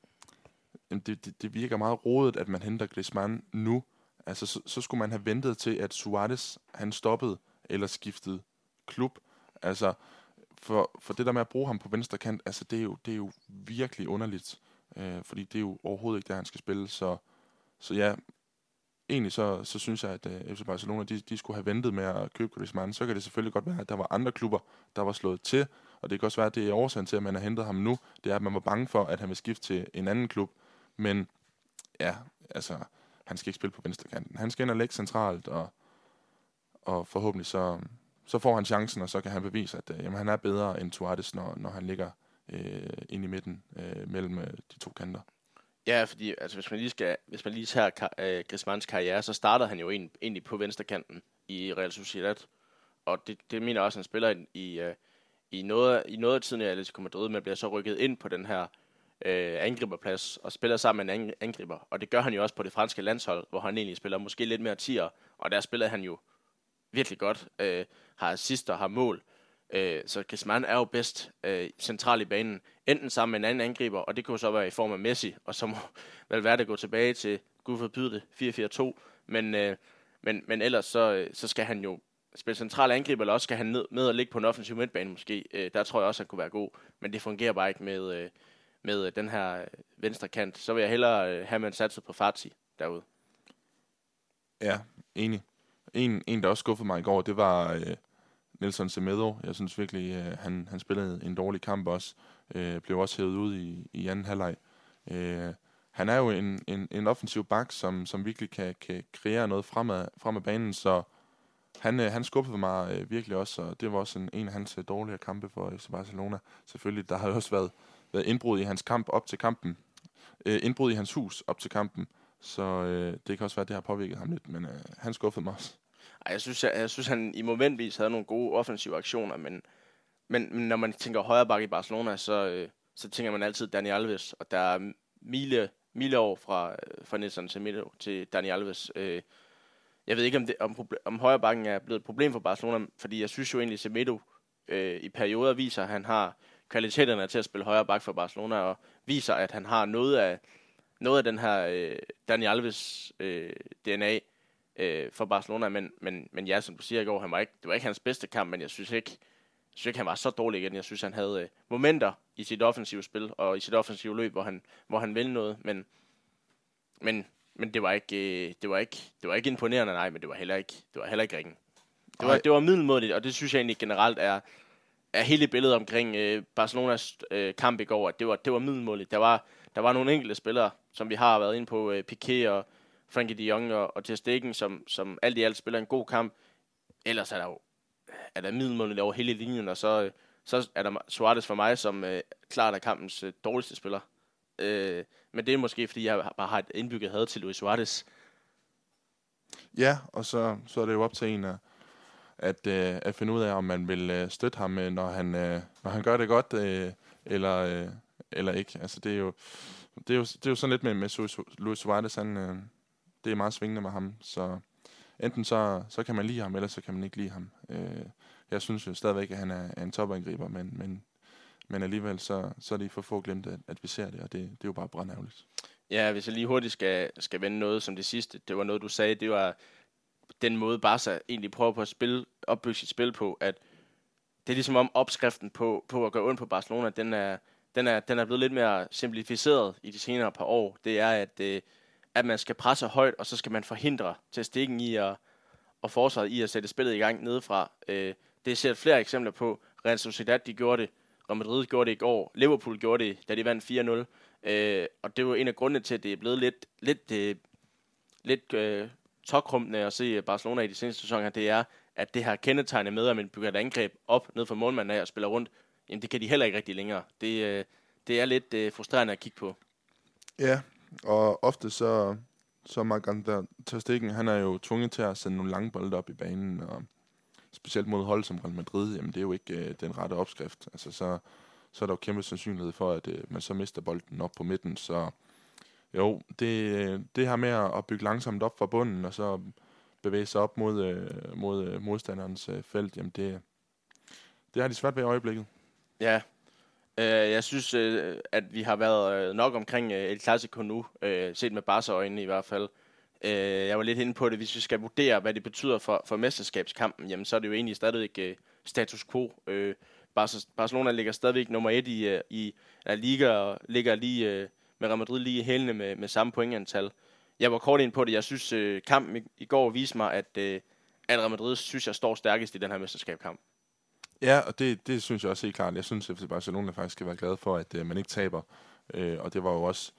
det virker meget rodet, at man henter Griezmann nu. Altså så skulle man have ventet til, at Suarez han stoppede eller skiftede klub. Altså for det der med at bruge ham på venstre kant, altså det er jo virkelig underligt. Fordi det er jo overhovedet ikke der, han skal spille. Så ja, egentlig så synes jeg, at FC Barcelona, de skulle have ventet med at købe Griezmann. Så kan det selvfølgelig godt være, at der var andre klubber, der var slået til. Og det kan også være, at det er årsagen til, at man har hentet ham nu. Det er, at man var bange for, at han vil skifte til en anden klub. Men ja, altså, han skal ikke spille på venstrekanten. Han skal ind og lægge centralt, og forhåbentlig så får han chancen, og så kan han bevise, at jamen, han er bedre end Suarez, når han ligger ind i midten mellem de to kanter. Ja, fordi altså, hvis man lige tager Griezmanns karriere, så startede han jo egentlig på venstrekanten i Real Sociedad. Og det mener også, at han spiller i noget af tiden i Atletico Madrid, men bliver så rykket ind på den her angriberplads og spiller sammen med en angriber. Og det gør han jo også på det franske landshold, hvor han egentlig spiller måske lidt mere 10'er, og der spiller han jo virkelig godt, har assister, har mål. Så Griezmann er jo bedst central i banen, enten sammen med en anden angriber, og det kunne så være i form af Messi, og så må Valverde gå tilbage til, Gud forbyde det, 4-4-2, men ellers så skal han jo spille central angriber, eller også skal han ned og ligge på en offensiv midtbane måske. Der tror jeg også, han kunne være god, men det fungerer bare ikke med den her venstre kant. Så vil jeg hellere have man satset på Fati derude. Ja, enig. En, der også skuffede mig i går, det var Nelson Semedo. Jeg synes virkelig, han spillede en dårlig kamp også. Blev også hævet ud i anden halvleg. Han er jo en offensiv bak, som virkelig kan kreere noget fremad banen, så han skuffede mig virkelig også, og det var også en af hans dårligere kampe for FC Barcelona. Selvfølgelig, der har jo også været indbrud i hans kamp op til kampen. Indbrud i hans hus op til kampen, så det kan også være, at det har påvirket ham lidt, men han skuffede mig også. Ej, jeg synes, han i momentvis havde nogle gode offensive aktioner, men når man tænker højre bakke i Barcelona, så tænker man altid Dani Alves, og der er mileår fra Nelson Semedo til Dani Alves. Jeg ved ikke, om højre bakken er blevet et problem for Barcelona, fordi jeg synes jo egentlig, Semedo i perioder viser, at han har kvaliteterne til at spille højre bak for Barcelona, og viser, at han har noget af den her Dani Alves DNA for Barcelona, men ja, som du siger i går, det var ikke hans bedste kamp, men jeg synes ikke, han var så dårlig igen. Jeg synes, han havde momenter i sit offensive spil, og i sit offensive løb, hvor han ville noget, men det var ikke imponerende, nej, men det var heller ikke ringen. Det var middelmådigt, og det synes jeg egentlig generelt er hele billedet omkring Barcelonas kamp i går, at det var middelmådigt. Der var nogle enkelte spillere, som vi har været inde på, Piqué og Frenkie de Jong og Ter Stegen, som alt i alt spiller en god kamp. Ellers er der middelmådigt over hele linjen, og så er der Suarez for mig, som klart er kampens dårligste spiller. Men det er måske, fordi jeg bare har et indbygget had til Luis Suarez. Ja, og så er det jo op til en at finde ud af, om man vil støtte ham, når han gør det godt, eller ikke. Altså, det er jo sådan lidt med Luis Suarez, det er meget svingende med ham, så enten så kan man lide ham, eller så kan man ikke lide ham. Jeg synes jo stadigvæk, at han er en topangriber, men alligevel så er det for få glemt, at vi ser det, og det er jo bare brandærgerligt. Ja, hvis jeg lige hurtigt skal vende noget som det sidste, det var noget, du sagde, det var den måde Barca egentlig prøver på at opbygge sit spil på, at det er ligesom om opskriften på at gøre ondt på Barcelona, den er blevet lidt mere simplificeret i de senere par år. Det er, at man skal presse højt, og så skal man forhindre Ter Stegen i og forsvaret i at sætte spillet i gang nedefra. Det ser flere eksempler på. Real Sociedad, de gjorde det. Real Madrid gjorde det i går. Liverpool gjorde det, da de vandt 4-0. Og det var en af grundene til, at det er blevet lidt tokrumpende at se Barcelona i de seneste sæsoner. Det er, at det her kendetegnet med, at man bygger et angreb op ned for målmanden af og spiller rundt, jamen det kan de heller ikke rigtig længere. Det er lidt frustrerende at kigge på. Ja, og ofte så Marc-André Ter Stegen, han er jo tvunget til at sende nogle lange bolde op i banen, og specielt mod hold som Real Madrid, jamen det er jo ikke den rette opskrift. Altså så er der jo kæmpe sandsynlighed for, at man så mister bolden op på midten. Så jo, det her med at bygge langsomt op fra bunden, og så bevæge sig op mod modstanderens felt, jamen det har de svært ved i øjeblikket. Ja, jeg synes, at vi har været nok omkring El Clasico nu, set med Barca-øjnene i hvert fald. Jeg var lidt inde på det, hvis vi skal vurdere, hvad det betyder for mesterskabskampen, jamen så er det jo egentlig stadigvæk status quo. Barcelona ligger stadigvæk nummer 1 i La Liga, og ligger lige med Real Madrid lige i hælene med samme pointantal. Jeg var kort ind på det. Jeg synes, kampen i går viste mig, at Real Madrid synes jeg står stærkest i den her mesterskabskamp. Ja, og det synes jeg også helt klart. Jeg synes, at Barcelona faktisk skal være glad for, at man ikke taber. Og det var jo også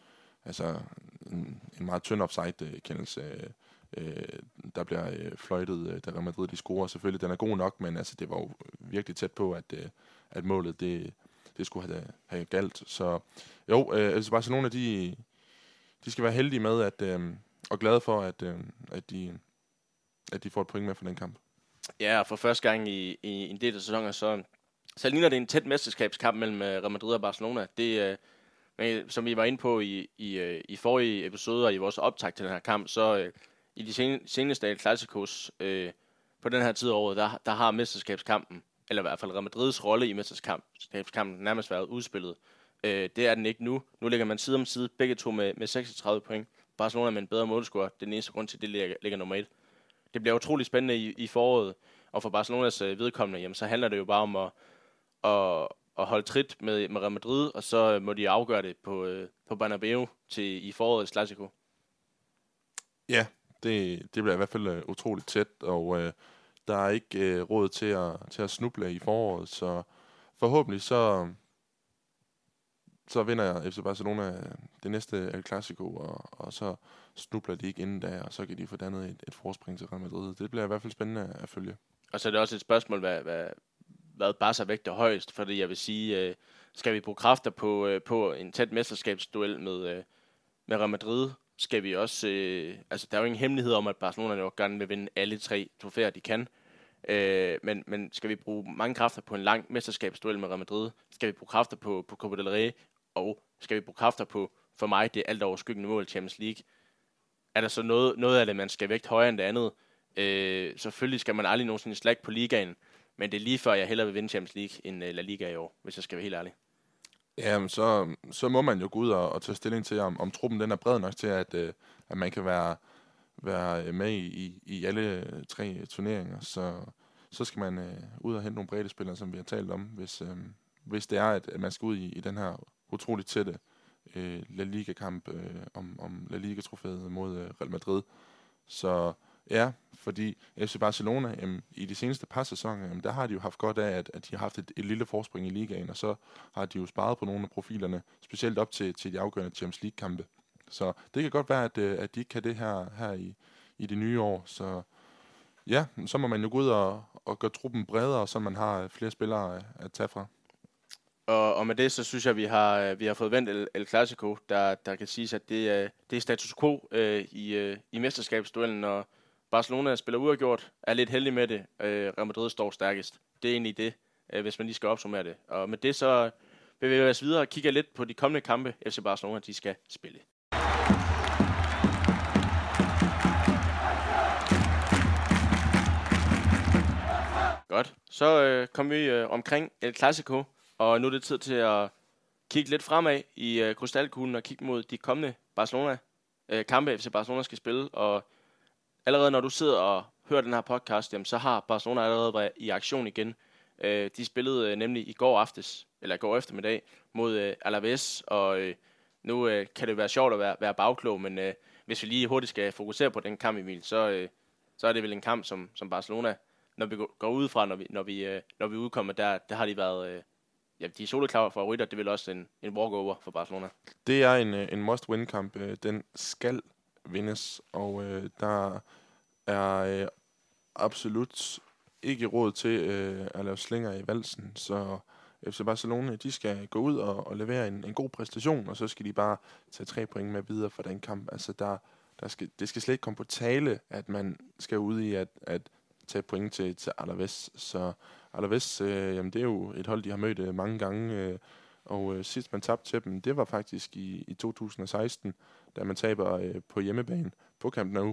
en meget tynd offside-kendelse, der bliver fløjtet, da Real Madrid de scorer. Selvfølgelig, den er god nok, men altså, det var jo virkelig tæt på, at målet det skulle have galt. Så jo, altså Barcelona, de skal være heldige med, og glade for, at de får et point med for den kamp. Ja, for første gang i en del af sæsonen, så ligner det en tæt mesterskabskamp mellem Real Madrid og Barcelona. Det som vi var inde på i forrige episode og i vores optakt til den her kamp, så i de seneste El Clásicos på den her tid af året, der har mesterskabskampen eller i hvert fald Real Madrids rolle i mesterskabskampen nærmest været udspillet. Det er den ikke nu. Nu ligger man side om side, begge to med 36 point. Barcelona med en bedre målscore. Det er den eneste grund til, det ligger nummer 1. Det bliver utrolig spændende i foråret, og for Barcelonas vedkommende, jamen, så handler det jo bare om at holde trit med Real Madrid, og så må de afgøre det på Bernabeu i forårets Clasico. Ja, det bliver i hvert fald utroligt tæt, og der er ikke råd til at snuble i foråret, så forhåbentlig så vinder FC Barcelona det næste El Clasico, og så snubler de ikke inden da, og så kan de få dannet et forspring til Real Madrid. Det bliver i hvert fald spændende at følge. Og så er det også et spørgsmål, hvad Barca vægter højst, fordi jeg vil sige, skal vi bruge kræfter på en tæt mesterskabsduel med Real Madrid, skal vi også, altså der er jo ingen hemmelighed om, at Barcelona jo gerne vil vinde alle 3 trofæer, de kan. Men skal vi bruge mange kræfter på en lang mesterskabsduel med Real Madrid? Skal vi bruge kræfter på Copa del Rey? Og skal vi bruge kræfter på, for mig, det alt overskyggende mål, Champions League? Er der så noget af det, man skal vægte højere end det andet? Selvfølgelig skal man aldrig nogensinde slække på ligaen, men det er lige før, jeg hellere vil vinde Champions League end La Liga i år, hvis jeg skal være helt ærlig. Jamen, så må man jo gå ud og tage stilling til, om truppen den er bred nok til, at man kan være med i alle 3 turneringer. Så skal man ud og hente nogle brede spillere, som vi har talt om, hvis det er, at man skal ud i den her utroligt tætte La Liga-kamp om La Liga-trofæet mod Real Madrid. Så ja, fordi FC Barcelona i de seneste par sæsoner, der har de jo haft godt af, at de har haft et lille forspring i ligaen, og så har de jo sparet på nogle af profilerne, specielt op til de afgørende Champions League-kampe. Så det kan godt være, at de ikke kan det her i det nye år. Så ja, så må man jo gå ud og gøre truppen bredere, så man har flere spillere at tage fra. Og med det, så synes jeg, vi har fået vendt El Clasico, der kan siges, at det er status quo i mesterskabsduellen, og Barcelona spiller uafgjort, er lidt heldig med det. Real Madrid står stærkest. Det er egentlig det, hvis man lige skal opsummere det. Og med det, så bevæger vi os videre og kigger lidt på de kommende kampe, FC Barcelona de skal spille. Godt, så kom vi omkring El Clasico, og nu er det tid til at kigge lidt fremad i krystalkuglen og kigge mod de kommende kampe, FC Barcelona skal spille. Og allerede når du sidder og hører den her podcast, jamen, så har Barcelona allerede været i aktion igen. De spillede nemlig i går eftermiddag mod Alaves, og nu kan det være sjovt at være bagklog, men hvis vi lige hurtigt skal fokusere på den kamp, Emil, så er det vel en kamp, som Barcelona, når vi går ud fra, når vi udkommer der har de været, de er soleklare favoritter, det er vel også en walkover for Barcelona. Det er en must-win-kamp. Den skal vindes, og der er absolut ikke råd til at lave slinger i valsen, så FC Barcelona, de skal gå ud og levere en god præstation, og så skal de bare tage 3 point med videre fra den kamp. Altså det skal slet ikke komme på tale, at man skal ud i at tage point til Alaves. Så Alaves, jamen det er jo et hold, de har mødt mange gange, og sidst man tabte til dem, det var faktisk i 2016, da man taber på hjemmebane på Camp Nou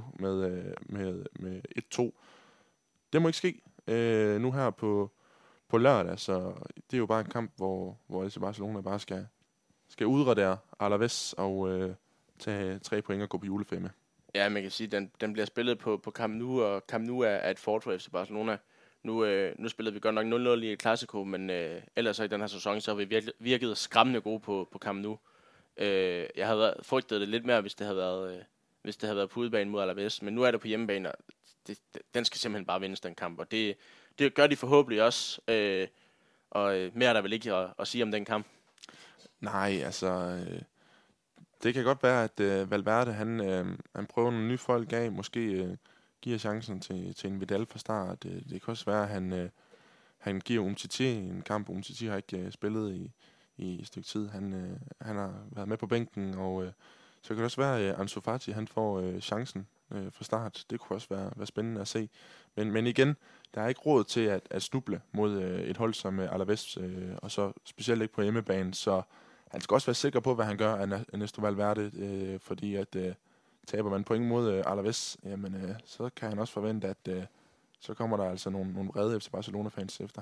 med 1-2. Det må ikke ske nu her på lørdag, så det er jo bare en kamp, hvor FC Barcelona bare skal udradere Alaves og tage 3 point og gå på juleferie med. Ja, man kan sige, at den bliver spillet på Camp Nou, og Camp Nou er et fort for FC Barcelona. Nu spillede vi godt nok 0-0 i et Clasico, men ellers så i den her sæson, så har vi virket skræmmende gode på Camp Nou. Jeg havde frygtet det lidt mere, hvis det havde været på udebane mod Alaves, men nu er det på hjemmebane, og den skal simpelthen bare vindes, den kamp, og det gør de forhåbentlig også, og mere er der vel ikke at sige om den kamp. Nej, altså det kan godt være, at Valverde han prøver nogle nye folk af, måske giver chancen til en Vidal fra start. Det kan også være, at han giver Umtiti en kamp. Umtiti har ikke spillet i et stykke tid. Han har været med på bænken, og så kan det også være, at Ansu Fati han får chancen fra start. Det kunne også være spændende at se. Men igen, der er ikke råd til at snuble mod et hold som Alaves, og så specielt ikke på hjemmebane, så han skal også være sikker på, hvad han gør, Ernesto Valverde, fordi at taber man point mod Alaves, jamen så kan han også forvente, at så kommer der altså nogle vrede FC Barcelona-fans efter ham.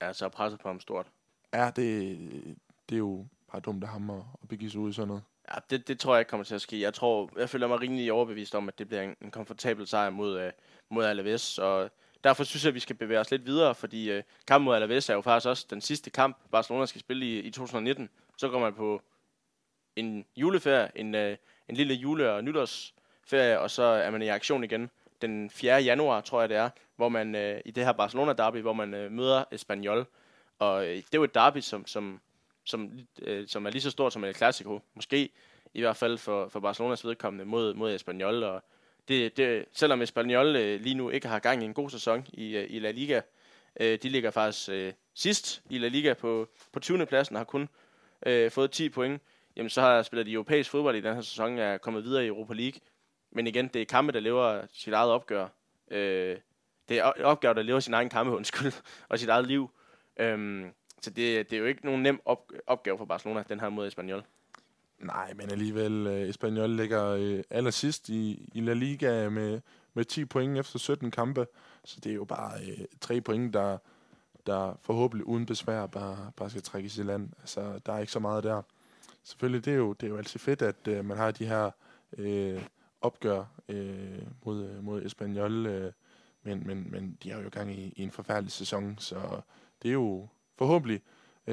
Ja, så er presset på ham stort. Ja, det er jo bare dumt af ham at begive sig ud i sådan noget. Ja, det tror jeg ikke kommer til at ske. Jeg føler mig rimelig overbevist om, at det bliver en komfortabel sejr mod Alaves, og derfor synes jeg, at vi skal bevæge os lidt videre, fordi kampen mod Alaves er jo faktisk også den sidste kamp, Barcelona skal spille i 2019. Så går man på en juleferie, en lille jule- og nytårsferie, og så er man i aktion igen den 4. januar, tror jeg det er, hvor man i det her Barcelona-derby, hvor man møder Espanyol. Og det er jo et derby, som er lige så stort som El Clasico. Måske i hvert fald for Barcelonas vedkommende mod Espanyol. Og selvom Espanyol lige nu ikke har gang i en god sæson i La Liga, de ligger faktisk sidst i La Liga på 20. pladsen og har kun fået 10 point. Jamen så har spillet de europæisk fodbold i den her sæson, er kommet videre i Europa League. Men igen, det er kampe, der lever sit eget opgør. Det er opgør, der lever sin egen kampe, og sit eget liv. Så det er jo ikke nogen nem opgave for Barcelona, den her mod Espanyol. Nej, men alligevel, Espanyol ligger allersidst i La Liga med 10 point efter 17 kampe. Så det er jo bare 3 point, der forhåbentlig uden besvær bare skal trækkes i land. Altså, der er ikke så meget der. Selvfølgelig, det er jo altid fedt, at man har de her opgør mod Espanyol, men de har jo gang i en forfærdelig sæson, så det er jo forhåbentlig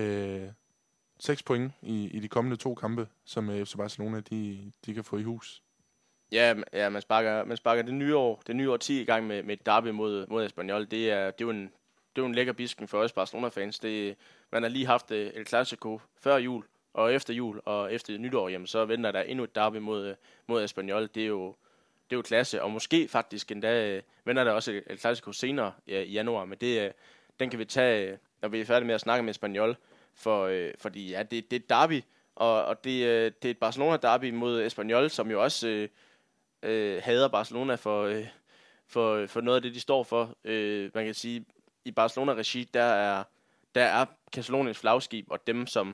6 point i de kommende 2 kampe, som FC Barcelona de kan få i hus. Ja, man sparker det nye år 10 i gang med et derby mod Espanyol. Det er jo en lækker bisken for os Barcelona-fans. Man har lige haft El Clasico før jul, og efter jul, og efter nytår, jamen, så venter der endnu et derby mod Espanyol. Det er jo klasse, og måske faktisk endda venter der også El Clasico senere i januar, men den kan vi tage, når vi er færdige med at snakke med Espanyol, fordi ja, det er et derby, og det er et Barcelona-derby mod Espanyol, som jo også hader Barcelona for noget af det, de står for. Man kan sige, i Barcelona-regi, der er Cataloniens flagskib, og dem som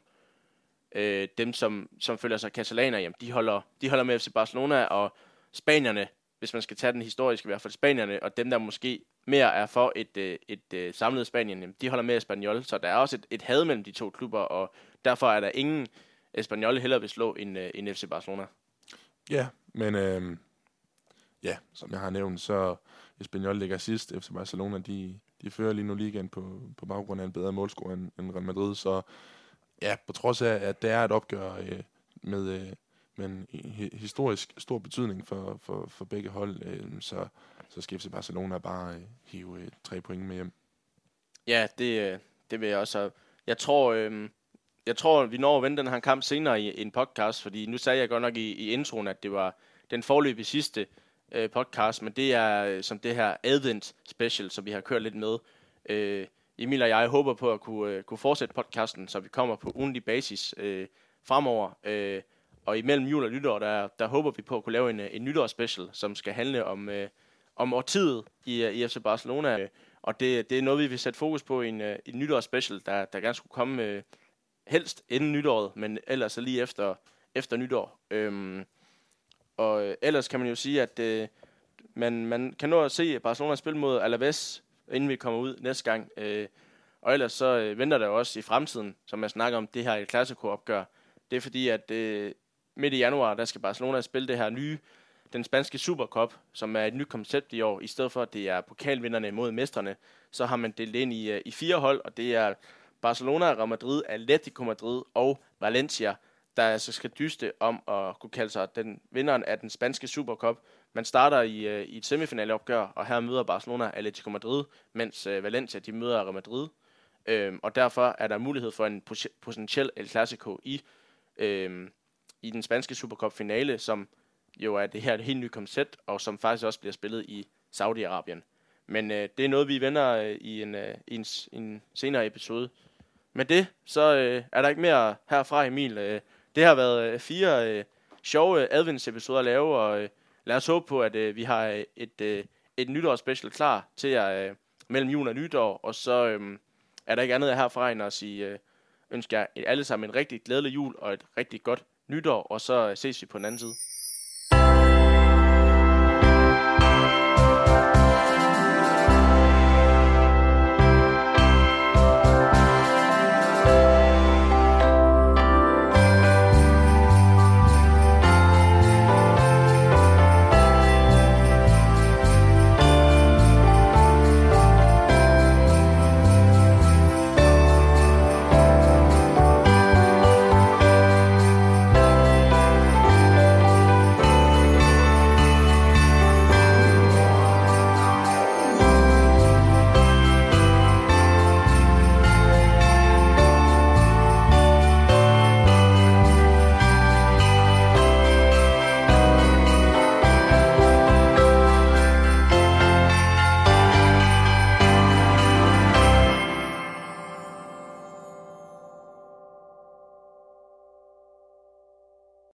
føler sig katalaner, jamen, de holder med FC Barcelona, og spanierne, hvis man skal tage den historiske, i hvert fald spanierne, og dem, der måske mere er for et samlet Spanien, jamen, de holder med Espanyol, så der er også et had mellem de to klubber, og derfor er der ingen Espanyol hellere vil slå end FC Barcelona. Ja, men som jeg har nævnt, så Espanyol ligger sidst. FC Barcelona, de fører lige nu ligaen på baggrund af en bedre målscore end Real Madrid, så ja, på trods af, at det er et opgør med en historisk stor betydning for begge hold, så skal FC Barcelona bare hive 3 point med hjem. Ja, det vil jeg også. Jeg tror, vi når at vende den her kamp senere i en podcast, fordi nu sagde jeg godt nok i introen, at det var den forløbige sidste podcast, men det er som det her Advent Special, som vi har kørt lidt med. Emil og jeg håber på at kunne fortsætte podcasten, så vi kommer på ugentlig basis fremover. Og imellem jul og nytår, der håber vi på at kunne lave en nytårsspecial, som skal handle om årtiet i FC Barcelona. Og det er noget, vi vil sætte fokus på i en nytårsspecial, der gerne skulle komme helst inden nytåret, men ellers så lige efter nytår. Og ellers kan man jo sige, at man kan nå at se Barcelona spille mod Alaves, inden vi kommer ud næste gang. Og ellers så venter der jo også i fremtiden, som jeg snakker om, det her El Clasico-opgør. Det er fordi, at midt i januar, der skal Barcelona spille det her den spanske Supercup, som er et nyt koncept i år. I stedet for, at det er pokalvinderne mod mestrene, så har man delt ind i 4 hold, og det er Barcelona, Real Madrid, Atletico Madrid og Valencia, der altså skal dyste om at kunne kalde sig den vinderen af den spanske Supercup. Man starter i et semifinaleopgør, og her møder Barcelona Atletico Madrid, mens Valencia de møder Real Madrid. Og derfor er der mulighed for en potentiel El Clasico i den spanske Supercup-finale, som jo er det her et helt nyt koncept, og som faktisk også bliver spillet i Saudi-Arabien. Men det er noget, vi vender i en senere episode. Med det, så er der ikke mere herfra, Emil. Det har været 4 sjove adventsepisoder at lave, og lad os håbe på, at vi har et nytårsspecial klar til jer mellem jul og nytår, og så er der ikke andet herfra end at sige, ønsker jer alle sammen en rigtig glædelig jul og et rigtig godt nytår, og så ses vi på den anden side.